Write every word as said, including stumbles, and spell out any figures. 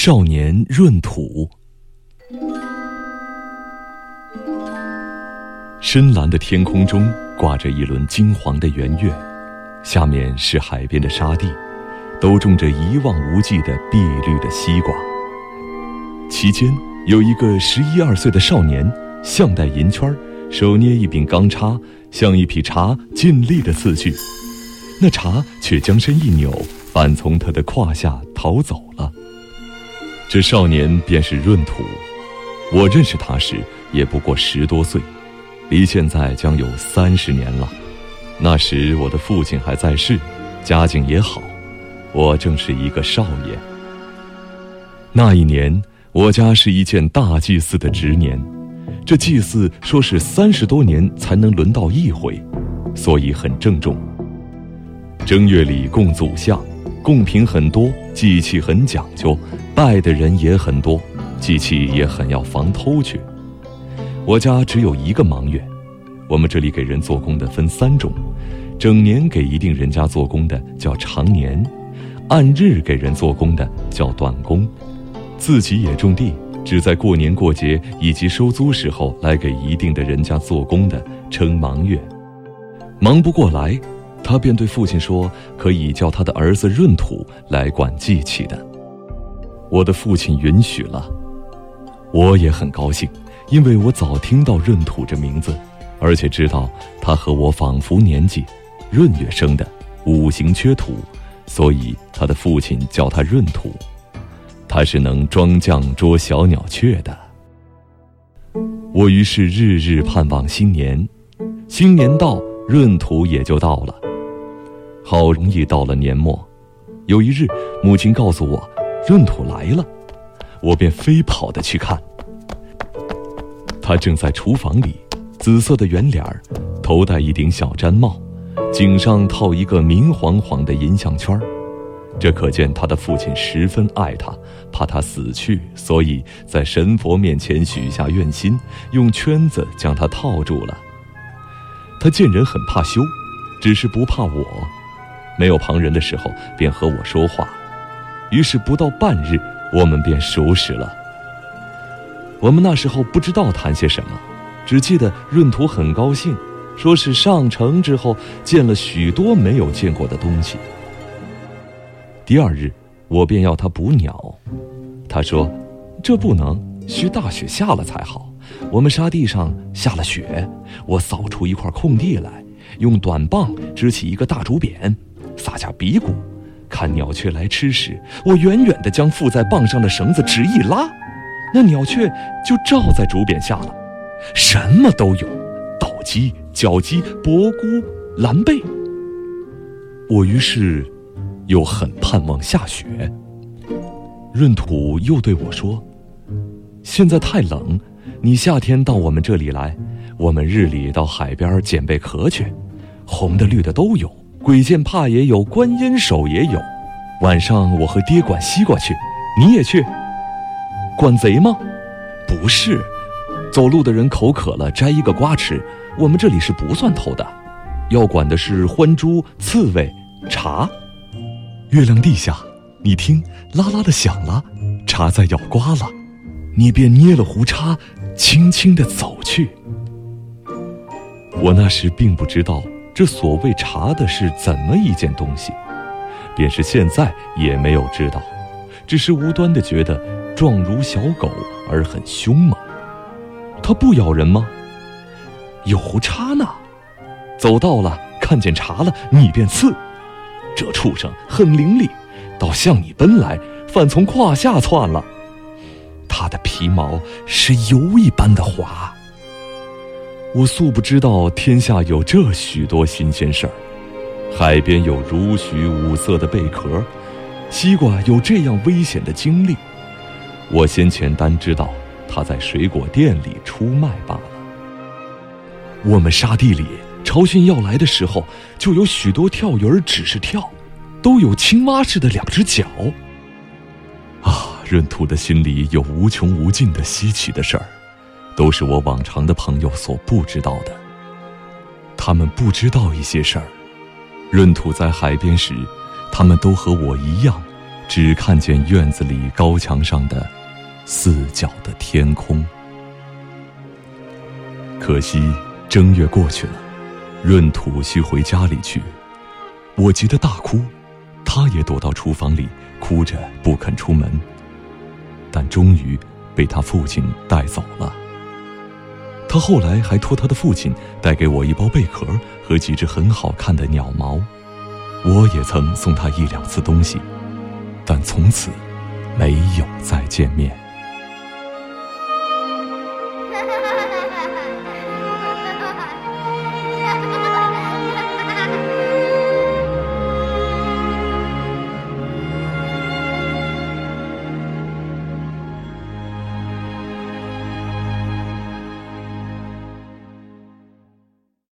少年闰土。深蓝的天空中挂着一轮金黄的圆月，下面是海边的沙地，都种着一望无际的碧绿的西瓜。其间有一个十一二岁的少年，项带银圈，手捏一柄钢叉，像一匹茶尽力地刺去，那茶却将身一扭，反从他的胯下逃走了。这少年便是闰土，我认识他时也不过十多岁，离现在将有三十年了。那时我的父亲还在世，家境也好，我正是一个少爷。那一年我家是一件大祭祀的值年，这祭祀说是三十多年才能轮到一回，所以很郑重。正月里供祖像，贡品很多，祭器很讲究，拜的人也很多，祭器也很要防偷去。我家只有一个忙月，我们这里给人做工的分三种，整年给一定人家做工的叫长年，按日给人做工的叫短工，自己也种地，只在过年过节以及收租时候来给一定的人家做工的称忙月。忙不过来，他便对父亲说可以叫他的儿子闰土来管祭器的。我的父亲允许了，我也很高兴，因为我早听到闰土这名字，而且知道他和我仿佛年纪，闰月生的，五行缺土，所以他的父亲叫他闰土。他是能装匠捉小鸟雀的。我于是日日盼望新年，新年到，闰土也就到了。好容易到了年末，有一日母亲告诉我闰土来了，我便飞跑地去看。他正在厨房里，紫色的圆脸儿，头戴一顶小毡帽，颈上套一个明晃晃的银项圈，这可见他的父亲十分爱他，怕他死去，所以在神佛面前许下愿心，用圈子将他套住了。他见人很怕羞，只是不怕我，没有旁人的时候便和我说话，于是不到半日我们便熟识了。我们那时候不知道谈些什么，只记得闰土很高兴，说是上城之后见了许多没有见过的东西。第二日我便要他捕鸟，他说这不能，需大雪下了才好。我们沙地上下了雪，我扫出一块空地来，用短棒支起一个大竹匾，撒下鼻骨，看鸟雀来吃时，我远远地将附在棒上的绳子只一拉，那鸟雀就罩在竹匾下了，什么都有，岛鸡、角鸡、伯菇、蓝贝。我于是又很盼望下雪。闰土又对我说，现在太冷，你夏天到我们这里来，我们日里到海边捡贝壳去，红的绿的都有，鬼见怕也有，观音手也有。晚上我和爹管西瓜去，你也去。管贼吗？不是，走路的人口渴了摘一个瓜吃，我们这里是不算偷的，要管的是獾猪、刺猬、茶。月亮地下，你听，啦啦的响了，茶在咬瓜了，你便捏了胡叉，轻轻地走去。我那时并不知道这所谓茶的是怎么一件东西，便是现在也没有知道，只是无端地觉得状如小狗而很凶猛。它不咬人吗？有胡叉呢。走到了，看见茶了，你便刺。这畜生很伶俐，倒向你奔来，反从胯下窜了。它的皮毛是油一般的滑。我素不知道天下有这许多新鲜事儿，海边有如许五色的贝壳，西瓜有这样危险的经历。我先前单知道它在水果店里出卖罢了。我们沙地里潮汛要来的时候，就有许多跳鱼儿只是跳，都有青蛙似的两只脚。啊，闰土的心里有无穷无尽的稀奇的事儿，都是我往常的朋友所不知道的。他们不知道一些事儿。闰土在海边时，他们都和我一样， 只看见院子里高墙上的四角的天空。可惜正月过去了，闰土需回家里去，我急得大哭，他也躲到厨房里，哭着不肯出门，但终于被他父亲带走了。他后来还托他的父亲带给我一包贝壳和几只很好看的鸟毛，我也曾送他一两次东西，但从此没有再见面。